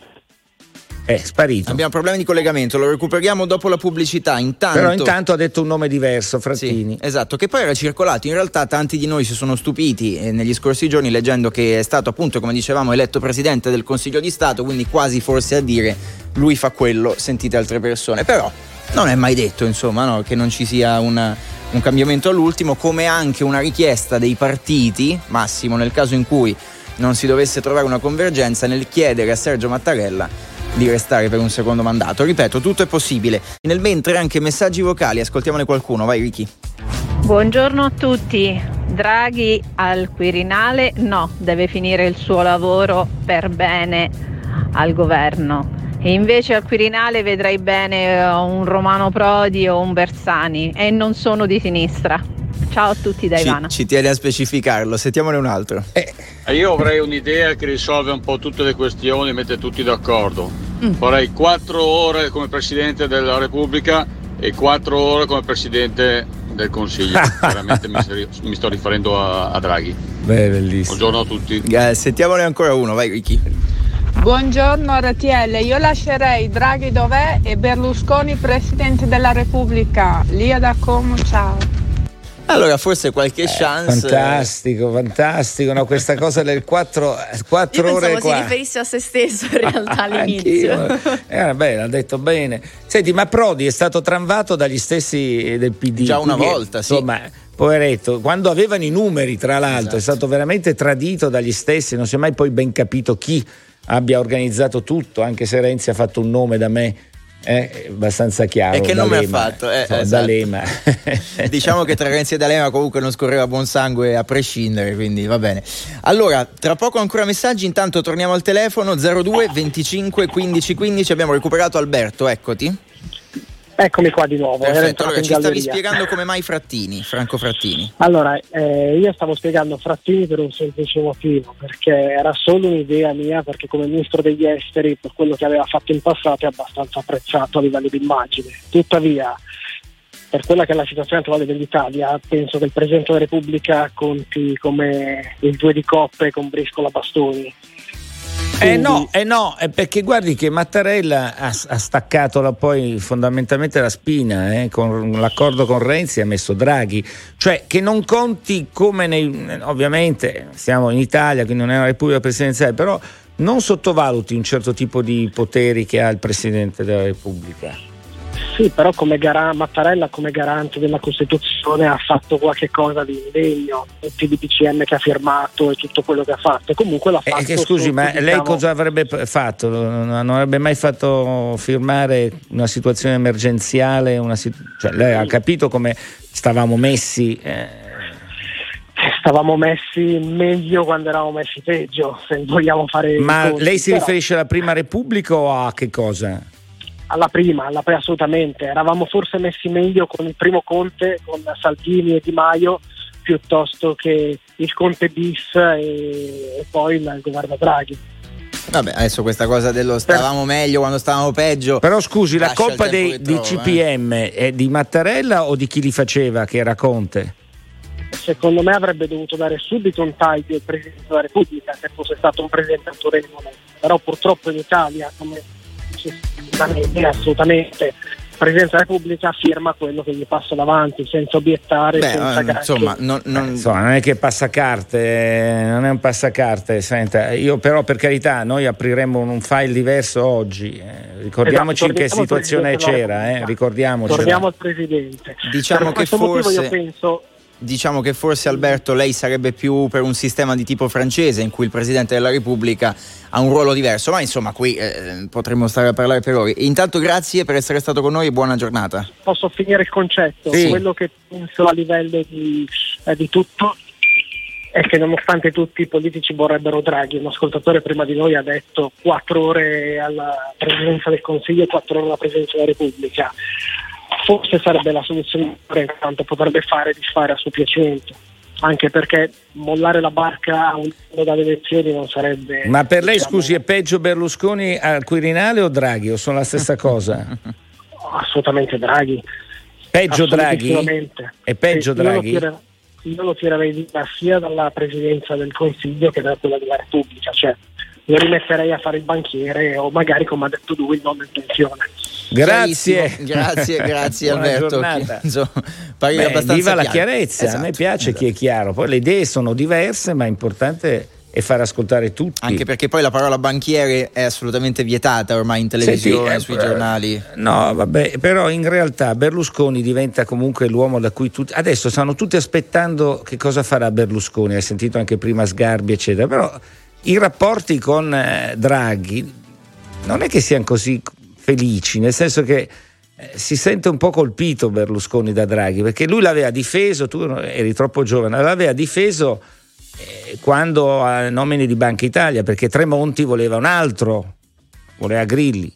[SPEAKER 3] È sparito.
[SPEAKER 2] Abbiamo problemi di collegamento, lo recuperiamo dopo la pubblicità. Intanto,
[SPEAKER 3] Però intanto ha detto un nome diverso, Frattini.
[SPEAKER 2] Sì, esatto, che poi era circolato. In realtà tanti di noi si sono stupiti eh, negli scorsi giorni leggendo che è stato appunto, come dicevamo, eletto Presidente del Consiglio di Stato, quindi quasi forse a dire lui fa quello, sentite altre persone. Però non è mai detto, insomma, no, che non ci sia una, un cambiamento all'ultimo, come anche una richiesta dei partiti, Massimo, nel caso in cui non si dovesse trovare una convergenza, nel chiedere a Sergio Mattarella di restare per un secondo mandato. Ripeto, tutto è possibile. Nel mentre anche messaggi vocali, ascoltiamone qualcuno. Vai Ricky.
[SPEAKER 9] Buongiorno a tutti. Draghi al Quirinale no, deve finire il suo lavoro per bene al governo. E invece al Quirinale vedrei bene un Romano Prodi o un Bersani, e non sono di sinistra. Ciao a tutti da Ivana.
[SPEAKER 2] Ci, ci tiene a specificarlo, sentiamone un altro.
[SPEAKER 10] Eh. Io avrei un'idea che risolve un po' tutte le questioni e mette tutti d'accordo. Mm. Vorrei quattro ore come Presidente della Repubblica e quattro ore come Presidente del Consiglio. Veramente mi, mi sto riferendo a, a Draghi.
[SPEAKER 3] Beh, bellissimo.
[SPEAKER 10] Buongiorno a tutti.
[SPEAKER 2] Eh, sentiamone ancora uno, vai Ricky.
[SPEAKER 11] Buongiorno R T L, io lascerei Draghi dov'è e Berlusconi Presidente della Repubblica. Lia da Como, ciao.
[SPEAKER 2] Allora forse qualche
[SPEAKER 3] eh,
[SPEAKER 2] chance.
[SPEAKER 3] Fantastico, fantastico, no? Questa cosa del quattro, quattro
[SPEAKER 5] Io
[SPEAKER 3] ore
[SPEAKER 5] pensavo
[SPEAKER 3] qua.
[SPEAKER 5] si riferisse a se stesso in realtà all'inizio.
[SPEAKER 3] Eh, beh, l'ha detto bene. Senti, ma Prodi è stato tramvato dagli stessi del P D.
[SPEAKER 2] Già una
[SPEAKER 3] quindi,
[SPEAKER 2] volta, sì.
[SPEAKER 3] Insomma, poveretto, quando avevano i numeri, tra l'altro, esatto. È stato veramente tradito dagli stessi, non si è mai poi ben capito chi abbia organizzato tutto, anche se Renzi ha fatto un nome da me è abbastanza chiaro.
[SPEAKER 2] E che nome ha
[SPEAKER 3] D'Alema.
[SPEAKER 2] fatto? Eh,
[SPEAKER 3] So,
[SPEAKER 2] esatto.
[SPEAKER 3] D'Alema.
[SPEAKER 2] Diciamo che tra Renzi e D'Alema comunque non scorreva buon sangue a prescindere, quindi va bene. Allora, tra poco ancora messaggi, intanto torniamo al telefono zero due venticinque quindici quindici, abbiamo recuperato Alberto, eccoti.
[SPEAKER 12] Eccomi qua di nuovo.
[SPEAKER 2] Perfetto, allora
[SPEAKER 12] in
[SPEAKER 2] ci stavi
[SPEAKER 12] galleria.
[SPEAKER 2] spiegando come mai Frattini, Franco Frattini.
[SPEAKER 12] Allora, eh, io stavo spiegando Frattini per un semplice motivo, perché era solo un'idea mia, perché come ministro degli esteri, per quello che aveva fatto in passato, è abbastanza apprezzato a livello di immagine. Tuttavia, per quella che è la situazione attuale dell'Italia, penso che il Presidente della Repubblica conti come il due di coppe con Briscola Bastoni.
[SPEAKER 3] Eh no, eh no, è perché guardi che Mattarella ha, ha staccato la, poi fondamentalmente la spina, eh, con l'accordo con Renzi ha messo Draghi, cioè che non conti come nei, ovviamente siamo in Italia, quindi non è una repubblica presidenziale, però non sottovaluti un certo tipo di poteri che ha il Presidente della Repubblica.
[SPEAKER 12] Sì, però come gara- Mattarella come garante della Costituzione ha fatto qualche cosa di indegno, tutti i D P C M che ha firmato e tutto quello che ha fatto, e comunque l'ha fatto.
[SPEAKER 3] Eh, che scusi,
[SPEAKER 12] sotto,
[SPEAKER 3] ma
[SPEAKER 12] diciamo...
[SPEAKER 3] lei cosa avrebbe fatto? Non avrebbe mai fatto firmare una situazione emergenziale? Una situ- cioè, lei ha capito come stavamo messi? Eh...
[SPEAKER 12] Stavamo messi meglio quando eravamo messi peggio, se vogliamo fare.
[SPEAKER 3] Ma
[SPEAKER 12] conti,
[SPEAKER 3] lei si
[SPEAKER 12] però...
[SPEAKER 3] riferisce alla Prima Repubblica o a che cosa?
[SPEAKER 12] Alla prima, alla prima assolutamente. Eravamo forse messi meglio con il primo Conte, con Salvini e Di Maio, piuttosto che il Conte bis e, e poi il governo Draghi.
[SPEAKER 2] Vabbè, adesso questa cosa dello stavamo meglio quando stavamo peggio.
[SPEAKER 3] Però scusi, la
[SPEAKER 2] lascia il
[SPEAKER 3] colpa
[SPEAKER 2] tempo
[SPEAKER 3] dei,
[SPEAKER 2] che
[SPEAKER 3] dei
[SPEAKER 2] trova,
[SPEAKER 3] C P M
[SPEAKER 2] eh.
[SPEAKER 3] è di Mattarella o di chi li faceva, che era Conte?
[SPEAKER 12] Secondo me avrebbe dovuto dare subito un taglio il Presidente della Repubblica se fosse stato un Presidente autorevole, però purtroppo in Italia, come assolutamente, il Presidente della Repubblica firma quello che gli passa davanti senza obiettare.
[SPEAKER 2] Beh,
[SPEAKER 12] senza
[SPEAKER 2] eh, insomma, non, non...
[SPEAKER 3] Eh, insomma, non è che passacarte, non è un passacarte. Senta, io però per carità, noi apriremo un file diverso oggi. Eh, ricordiamoci
[SPEAKER 12] esatto,
[SPEAKER 3] in che situazione c'era, eh, ricordiamoci.
[SPEAKER 12] Torniamo al Presidente.
[SPEAKER 2] Diciamo
[SPEAKER 12] per
[SPEAKER 2] che
[SPEAKER 12] questo motivo
[SPEAKER 2] forse...
[SPEAKER 12] io penso.
[SPEAKER 2] Diciamo che forse, Alberto, lei sarebbe più per un sistema di tipo francese in cui il Presidente della Repubblica ha un ruolo diverso, ma insomma qui eh, potremmo stare a parlare per ore. Intanto grazie per essere stato con noi e buona giornata.
[SPEAKER 12] Posso finire il concetto?
[SPEAKER 3] Sì.
[SPEAKER 12] Quello che penso a livello di, eh, di tutto è che nonostante tutti i politici vorrebbero Draghi, un ascoltatore prima di noi ha detto quattro ore alla Presidenza del Consiglio e quattro ore alla Presidenza della Repubblica. Forse sarebbe la soluzione, intanto potrebbe fare disfare a suo piacimento, anche perché mollare la barca a un anno dalle elezioni non sarebbe.
[SPEAKER 3] Ma per lei,
[SPEAKER 12] diciamo,
[SPEAKER 3] scusi, è peggio Berlusconi al Quirinale o Draghi, o sono la stessa cosa?
[SPEAKER 12] assolutamente Draghi.
[SPEAKER 3] Peggio Draghi?
[SPEAKER 12] Assolutissimamente.
[SPEAKER 3] È peggio
[SPEAKER 12] Sì, io lo
[SPEAKER 3] Draghi?
[SPEAKER 12] tira- Io lo tirerei via sia dalla Presidenza del Consiglio che da quella della Repubblica, cioè lo rimetterei a fare il banchiere o magari, come ha detto lui, non in pensione.
[SPEAKER 3] Grazie,
[SPEAKER 2] Chiarissimo. grazie, grazie
[SPEAKER 3] Buona
[SPEAKER 2] Alberto.
[SPEAKER 3] giornata.
[SPEAKER 2] Insomma, parli
[SPEAKER 3] Beh,
[SPEAKER 2] abbastanza
[SPEAKER 3] viva la
[SPEAKER 2] piano.
[SPEAKER 3] chiarezza,
[SPEAKER 2] Esatto,
[SPEAKER 3] a me piace
[SPEAKER 2] esatto.
[SPEAKER 3] chi è chiaro, poi le idee sono diverse, ma l'importante è far ascoltare tutti.
[SPEAKER 2] Anche perché poi la parola banchiere è assolutamente vietata ormai in televisione,
[SPEAKER 3] Senti, eh,
[SPEAKER 2] sui giornali.
[SPEAKER 3] No, vabbè, però in realtà Berlusconi diventa comunque l'uomo da cui tutti adesso stanno tutti aspettando che cosa farà Berlusconi. Hai sentito anche prima Sgarbi, eccetera. Però i rapporti con eh, Draghi non è che siano così felici, nel senso che eh, si sente un po' colpito Berlusconi da Draghi, perché lui l'aveva difeso, tu eri troppo giovane, l'aveva difeso eh, quando a nomine di Banca Italia, perché Tremonti voleva un altro, voleva Grilli.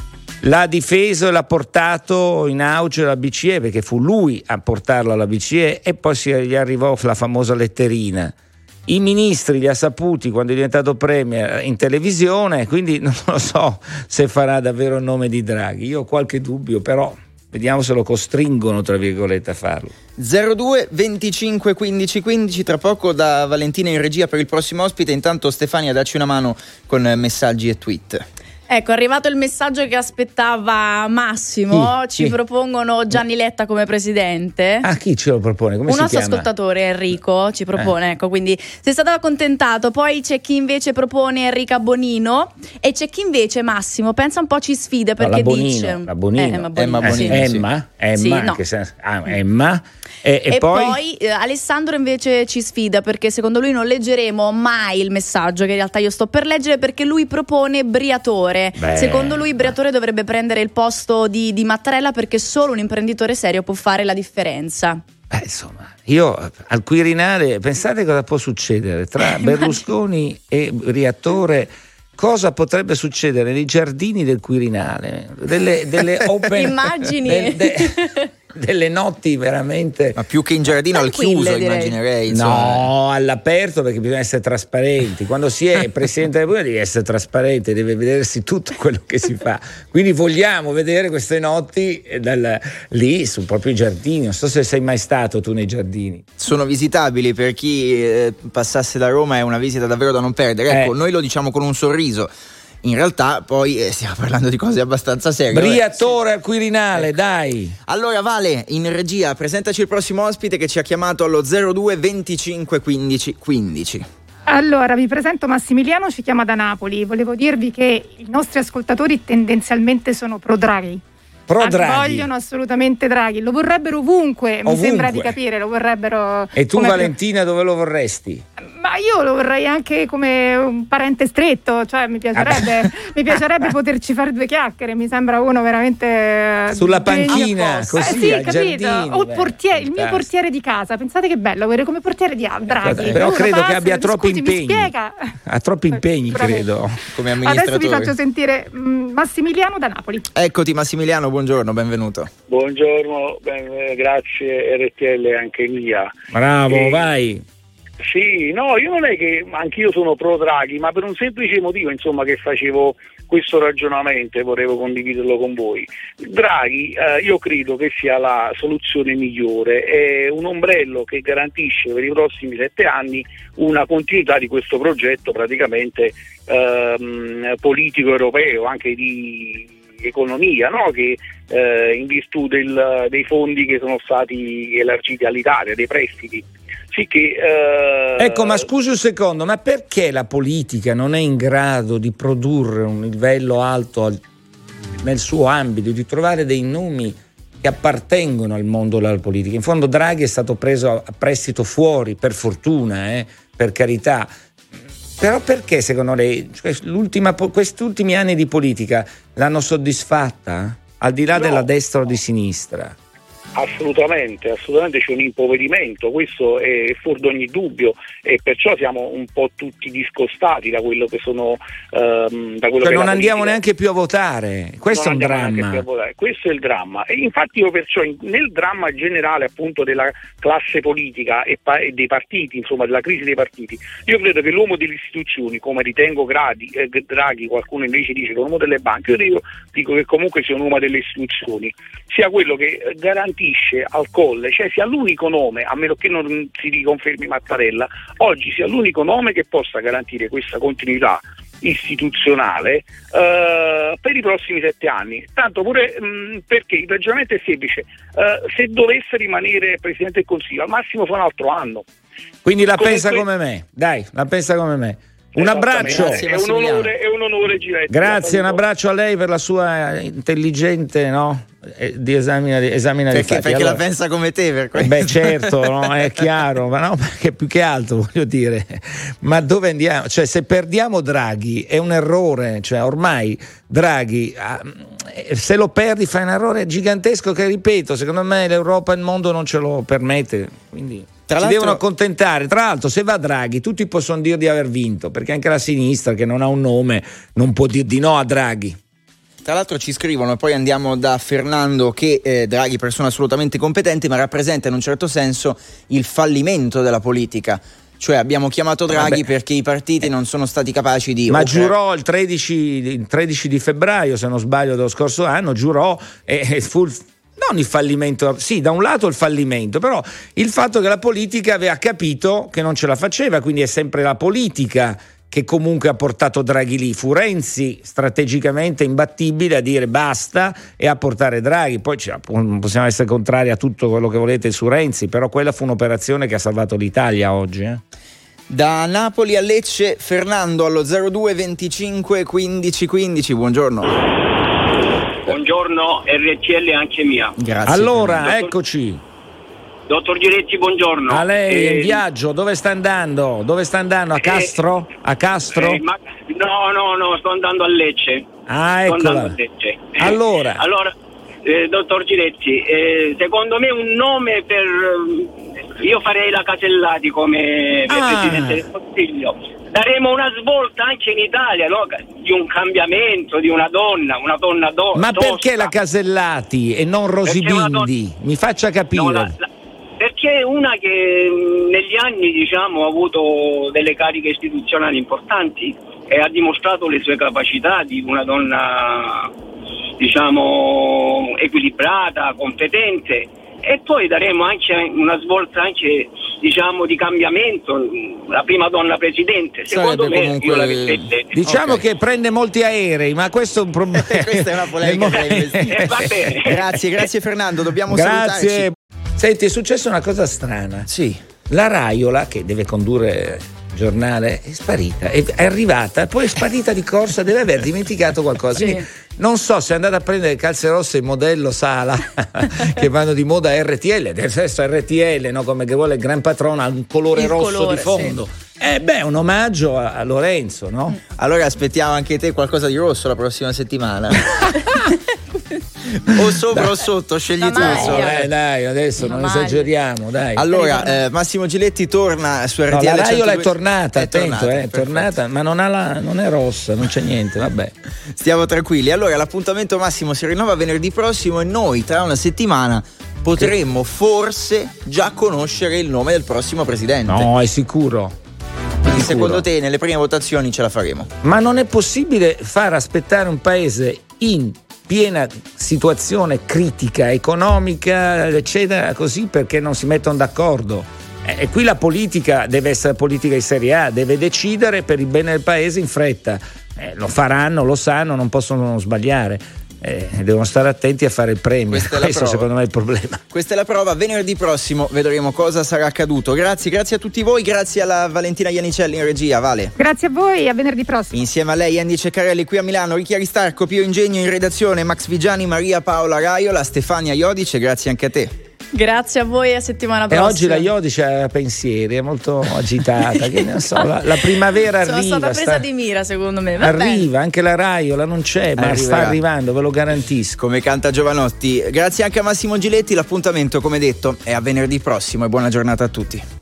[SPEAKER 3] L'ha difeso e l'ha portato in auge alla B C E, perché fu lui a portarlo alla B C E, e poi si, gli arrivò la famosa letterina. I ministri li ha saputi quando è diventato premier in televisione, quindi non lo so se farà davvero il nome di Draghi. Io ho qualche dubbio, però vediamo se lo costringono, tra virgolette, a farlo.
[SPEAKER 2] zero due venticinque quindici quindici, tra poco da Valentina in regia per il prossimo ospite. Intanto Stefania, dacci una mano con messaggi e tweet.
[SPEAKER 5] Ecco, è arrivato il messaggio che aspettava Massimo.
[SPEAKER 3] Chi?
[SPEAKER 5] Ci
[SPEAKER 3] Chi?
[SPEAKER 5] propongono Gianni Letta come presidente.
[SPEAKER 3] Ah, chi ce lo propone? Come
[SPEAKER 5] Un
[SPEAKER 3] si
[SPEAKER 5] nostro
[SPEAKER 3] chiama?
[SPEAKER 5] ascoltatore, Enrico, ci propone,
[SPEAKER 3] Eh.
[SPEAKER 5] ecco, quindi sei stato accontentato. Poi c'è chi invece propone Enrica Bonino e c'è chi invece, Massimo, pensa un po', ci sfida
[SPEAKER 3] No,
[SPEAKER 5] perché
[SPEAKER 3] la Bonino,
[SPEAKER 5] dice
[SPEAKER 3] la Bonino.
[SPEAKER 5] Eh, Emma Bonino,
[SPEAKER 2] Emma
[SPEAKER 5] sì.
[SPEAKER 2] Bonino, sì.
[SPEAKER 3] Emma? Emma?
[SPEAKER 5] Sì, no.
[SPEAKER 3] Che senso? Ah, Emma. E, e
[SPEAKER 5] E,
[SPEAKER 3] poi?
[SPEAKER 5] poi, eh, Alessandro invece ci sfida perché secondo lui non leggeremo mai il messaggio che in realtà io sto per leggere, perché lui propone Briatore.
[SPEAKER 3] Beh.
[SPEAKER 5] Secondo lui Briatore dovrebbe prendere il posto di, di Mattarella perché solo un imprenditore serio può fare la differenza.
[SPEAKER 3] Eh, insomma, io al Quirinale, pensate cosa può succedere tra Berlusconi e Briatore. Cosa potrebbe succedere nei giardini del Quirinale? Delle, delle open
[SPEAKER 5] Immagini.
[SPEAKER 3] del- de- delle notti veramente.
[SPEAKER 2] Ma più che in giardino al
[SPEAKER 5] Tranquille,
[SPEAKER 2] chiuso,
[SPEAKER 5] direi.
[SPEAKER 2] immaginerei. Insomma.
[SPEAKER 3] No, all'aperto, perché bisogna essere trasparenti. Quando si è Presidente della Repubblica devi essere trasparente, deve vedersi tutto quello che si fa. Quindi vogliamo vedere queste notti dal, lì su proprio i giardini. Non so se sei mai stato tu nei giardini.
[SPEAKER 2] Sono visitabili per chi eh, passasse da Roma, è una visita davvero da non perdere. Ecco,
[SPEAKER 3] Eh.
[SPEAKER 2] noi lo diciamo con un sorriso. In realtà poi eh, stiamo parlando di cose abbastanza serie.
[SPEAKER 3] Briatore al Quirinale, dai.
[SPEAKER 2] Allora Vale, in regia, presentaci il prossimo ospite che ci ha chiamato allo zero due venticinque quindici quindici.
[SPEAKER 4] Allora, vi presento Massimiliano, ci chiama da Napoli. Volevo dirvi che i nostri ascoltatori tendenzialmente sono pro Draghi.
[SPEAKER 3] Pro
[SPEAKER 4] Ah,
[SPEAKER 3] Draghi.
[SPEAKER 4] vogliono assolutamente Draghi, lo vorrebbero ovunque, mi
[SPEAKER 3] Ovunque.
[SPEAKER 4] sembra di capire, lo vorrebbero.
[SPEAKER 3] E tu,
[SPEAKER 4] come-
[SPEAKER 3] Valentina, dove lo vorresti?
[SPEAKER 4] Ma io lo vorrei anche come un parente stretto, cioè mi piacerebbe, mi piacerebbe poterci fare due chiacchiere, mi sembra uno veramente
[SPEAKER 3] Sulla
[SPEAKER 4] degno.
[SPEAKER 3] panchina,
[SPEAKER 4] Eh,
[SPEAKER 3] così,
[SPEAKER 4] sì,
[SPEAKER 3] ai
[SPEAKER 4] capito?
[SPEAKER 3] giardini,
[SPEAKER 4] O il
[SPEAKER 3] beh,
[SPEAKER 4] portiere, il mio
[SPEAKER 3] fantastico.
[SPEAKER 4] portiere di casa, pensate che bello avere come portiere di Draghi.
[SPEAKER 3] Però
[SPEAKER 4] Uno
[SPEAKER 3] credo
[SPEAKER 4] passa
[SPEAKER 3] che
[SPEAKER 4] e
[SPEAKER 3] abbia
[SPEAKER 4] dice,
[SPEAKER 3] troppi
[SPEAKER 4] "Scusi, mi
[SPEAKER 3] impegni."
[SPEAKER 4] spiega?"
[SPEAKER 3] Ha troppi impegni,
[SPEAKER 4] Sicuramente.
[SPEAKER 3] credo.
[SPEAKER 2] Come
[SPEAKER 4] Adesso
[SPEAKER 2] amministratore.
[SPEAKER 4] vi faccio sentire mh, Massimiliano da Napoli.
[SPEAKER 2] Eccoti Massimiliano, buongiorno, benvenuto.
[SPEAKER 6] Buongiorno, ben- grazie R T L anche mia.
[SPEAKER 3] Bravo,
[SPEAKER 6] Eh,
[SPEAKER 3] vai.
[SPEAKER 6] Sì, no, io non è che anch'io sono pro Draghi, ma per un semplice motivo, insomma, che facevo questo ragionamento e volevo condividerlo con voi. Draghi, eh, io credo che sia la soluzione migliore, è un ombrello che garantisce per i prossimi sette anni una continuità di questo progetto praticamente ehm, politico europeo, anche di economia, no? Che eh, in virtù del, dei fondi che sono stati elargiti all'Italia, dei prestiti. Sì che, eh,
[SPEAKER 3] Ecco, ma scusi un secondo, ma perché la politica non è in grado di produrre un livello alto al- nel suo ambito, di trovare dei nomi che appartengono al mondo della politica? In fondo Draghi è stato preso a prestito fuori, per fortuna, eh, per carità. Però perché secondo lei cioè, l'ultima, questi ultimi anni di politica l'hanno soddisfatta? Al di là
[SPEAKER 6] No.
[SPEAKER 3] della destra o di sinistra?
[SPEAKER 6] Assolutamente, assolutamente c'è un impoverimento, questo è fuori di ogni dubbio e perciò siamo un po' tutti discostati da quello che sono ehm, da quello
[SPEAKER 3] Cioè
[SPEAKER 6] che è
[SPEAKER 3] non
[SPEAKER 6] la
[SPEAKER 3] andiamo
[SPEAKER 6] politica.
[SPEAKER 3] neanche più a votare, questo
[SPEAKER 6] Non
[SPEAKER 3] è un
[SPEAKER 6] andiamo neanche
[SPEAKER 3] dramma.
[SPEAKER 6] più a votare. Questo è il dramma e infatti io perciò in- nel dramma generale appunto della classe politica e, pa- e dei partiti, insomma della crisi dei partiti, io credo che l'uomo delle istituzioni, come ritengo Draghi, eh, Draghi qualcuno invece dice l'uomo delle banche, io dico, dico che comunque sia un uomo delle istituzioni, sia quello che eh, garantisce al colle, cioè sia l'unico nome, a meno che non si riconfermi Mattarella, oggi sia l'unico nome che possa garantire questa continuità istituzionale eh, per i prossimi sette anni. Tanto pure mh, perché il ragionamento è semplice, eh, se dovesse rimanere Presidente del Consiglio al massimo fa un altro anno.
[SPEAKER 3] Quindi la
[SPEAKER 6] Comunque-
[SPEAKER 3] pensa come me, dai, la pensa come me. Un abbraccio.
[SPEAKER 6] È un onore, è un onore Giletti.
[SPEAKER 3] Grazie, un abbraccio a lei per la sua intelligente, no? Eh, Di esamina di, esamina di
[SPEAKER 2] Perché,
[SPEAKER 3] fatti.
[SPEAKER 2] perché
[SPEAKER 3] Allora-
[SPEAKER 2] la pensa come te, per
[SPEAKER 3] Eh
[SPEAKER 2] questo.
[SPEAKER 3] Beh, certo, no, è chiaro, ma no, perché più che altro voglio dire, ma dove andiamo? Cioè, se perdiamo Draghi è un errore, cioè ormai Draghi, ah, se lo perdi fai un errore gigantesco che, ripeto, secondo me l'Europa e il mondo non ce lo permette, quindi
[SPEAKER 2] Tra
[SPEAKER 3] ci
[SPEAKER 2] l'altro-
[SPEAKER 3] devono accontentare. Tra l'altro, se va Draghi, tutti possono dire di aver vinto, perché anche la sinistra, che non ha un nome, non può dire di no a Draghi.
[SPEAKER 2] Tra l'altro ci scrivono, e poi andiamo da Fernando, che eh, Draghi è persona assolutamente competente, ma rappresenta in un certo senso il fallimento della politica. Cioè abbiamo chiamato Draghi
[SPEAKER 3] Vabbè.
[SPEAKER 2] perché i partiti non sono stati capaci di...
[SPEAKER 3] Ma
[SPEAKER 2] o
[SPEAKER 3] giurò il tredici, il tredici di febbraio, se non sbaglio, dello scorso anno, giurò e, e fu il- non il fallimento, sì, da un lato il fallimento, però il fatto che la politica aveva capito che non ce la faceva, quindi è sempre la politica che comunque ha portato Draghi lì. Fu Renzi strategicamente imbattibile a dire basta e a portare Draghi. Poi cioè, possiamo essere contrari a tutto quello che volete su Renzi, però quella fu un'operazione che ha salvato l'Italia oggi. Eh.
[SPEAKER 2] Da Napoli a Lecce, Fernando allo zero due venticinque quindici quindici, buongiorno.
[SPEAKER 13] Buongiorno, R T L anche mia.
[SPEAKER 2] Grazie.
[SPEAKER 3] Allora,
[SPEAKER 13] Dottor,
[SPEAKER 3] eccoci.
[SPEAKER 13] Dottor Giletti, buongiorno.
[SPEAKER 3] A lei
[SPEAKER 13] eh,
[SPEAKER 3] in viaggio, dove sta andando? Dove sta andando? A Castro? A Castro?
[SPEAKER 13] Eh, ma, no, no, no, sto andando a Lecce.
[SPEAKER 3] Ah,
[SPEAKER 13] sto
[SPEAKER 3] eccola.
[SPEAKER 13] andando a Lecce.
[SPEAKER 3] Allora,
[SPEAKER 13] allora eh, dottor Giletti, eh, secondo me un nome per... Io farei la Casellati come per
[SPEAKER 3] Ah.
[SPEAKER 13] Presidente del Consiglio. Daremo una svolta anche in Italia, no? Di un cambiamento, di una donna, una donna do-
[SPEAKER 3] ma
[SPEAKER 13] tosta.
[SPEAKER 3] perché la Casellati e non Rosy
[SPEAKER 13] Perché una
[SPEAKER 3] Bindi? Mi faccia capire.
[SPEAKER 13] No, la- la- perché è una che mh, negli anni, diciamo, ha avuto delle cariche istituzionali importanti e ha dimostrato le sue capacità di una donna, diciamo, equilibrata, competente. E poi daremo anche una svolta anche, diciamo, di cambiamento, la prima donna presidente. Secondo
[SPEAKER 2] Sarebbe
[SPEAKER 13] me
[SPEAKER 2] comunque-
[SPEAKER 13] io l'avrei detto.
[SPEAKER 3] Diciamo
[SPEAKER 2] Ok.
[SPEAKER 3] che prende molti aerei, ma questo è un problema.
[SPEAKER 2] Questa è una polemica da investire.
[SPEAKER 13] Eh, va bene.
[SPEAKER 2] Grazie, grazie Fernando, dobbiamo
[SPEAKER 3] Grazie.
[SPEAKER 2] salutarci.
[SPEAKER 3] Senti, è successa una cosa strana.
[SPEAKER 2] Sì.
[SPEAKER 3] La Raiola, che deve condurre il giornale, è sparita. È è arrivata, poi è sparita di corsa, deve aver dimenticato qualcosa.
[SPEAKER 5] Sì.
[SPEAKER 3] Quindi non so se è andata a prendere calze rosse in modello Sala, che vanno di moda R T L. Adesso R T L, no? Come che vuole il gran patrono, ha un colore
[SPEAKER 5] Il
[SPEAKER 3] rosso
[SPEAKER 5] colore,
[SPEAKER 3] di fondo. Eh beh, un omaggio a, a Lorenzo, no?
[SPEAKER 2] Allora aspettiamo anche te qualcosa di rosso la prossima settimana. O sopra o sotto, scegli
[SPEAKER 5] La
[SPEAKER 2] tu.
[SPEAKER 5] maglia.
[SPEAKER 2] insomma.
[SPEAKER 3] Dai, dai, adesso non
[SPEAKER 5] Una maglia.
[SPEAKER 3] esageriamo, dai.
[SPEAKER 2] Allora, eh, Massimo Giletti torna su R T L.
[SPEAKER 3] No, la Raiola è
[SPEAKER 2] centodue
[SPEAKER 3] tornata,
[SPEAKER 2] È
[SPEAKER 3] attento,
[SPEAKER 2] tornata,
[SPEAKER 3] eh, è
[SPEAKER 2] perfetto.
[SPEAKER 3] tornata, ma non, ha la, non è rossa, non c'è niente, vabbè.
[SPEAKER 2] Stiamo tranquilli. Allora, l'appuntamento Massimo si rinnova venerdì prossimo e noi tra una settimana potremmo forse già conoscere il nome del prossimo presidente.
[SPEAKER 3] No, è sicuro.
[SPEAKER 2] Quindi
[SPEAKER 3] sicuro.
[SPEAKER 2] secondo te nelle prime votazioni ce la faremo?
[SPEAKER 3] Ma non è possibile far aspettare un paese in piena situazione critica, economica, eccetera, così perché non si mettono d'accordo. E qui la politica deve essere politica di serie A, deve decidere per il bene del paese in fretta. Eh, lo faranno, lo sanno, non possono sbagliare. Eh, devono stare attenti a fare il premio.
[SPEAKER 2] Questa è la
[SPEAKER 3] Questo
[SPEAKER 2] prova.
[SPEAKER 3] secondo me è il problema.
[SPEAKER 2] Questa è la prova, venerdì prossimo vedremo cosa sarà accaduto. Grazie, grazie a tutti voi, grazie alla Valentina Ianicelli in regia, Vale.
[SPEAKER 4] Grazie a voi, a venerdì prossimo.
[SPEAKER 2] Insieme a lei Andy Ceccarelli qui a Milano, Ricchi Aristarco, Pio Ingegno in redazione, Max Vigiani, Maria Paola Raiola, Stefania Iodice, grazie anche a te.
[SPEAKER 5] Grazie a voi, a settimana
[SPEAKER 3] E
[SPEAKER 5] prossima.
[SPEAKER 3] oggi la Iodice ha pensieri, è molto agitata, che ne so, la, la primavera
[SPEAKER 5] Sono
[SPEAKER 3] arriva.
[SPEAKER 5] stata presa
[SPEAKER 3] sta-
[SPEAKER 5] di mira, secondo me. Va bene.
[SPEAKER 3] Arriva, anche la Raiola non c'è, ma
[SPEAKER 2] Arriverà.
[SPEAKER 3] sta arrivando, ve lo garantisco.
[SPEAKER 2] Come canta Giovanotti. Grazie anche a Massimo Giletti, l'appuntamento come detto è a venerdì prossimo e buona giornata a tutti.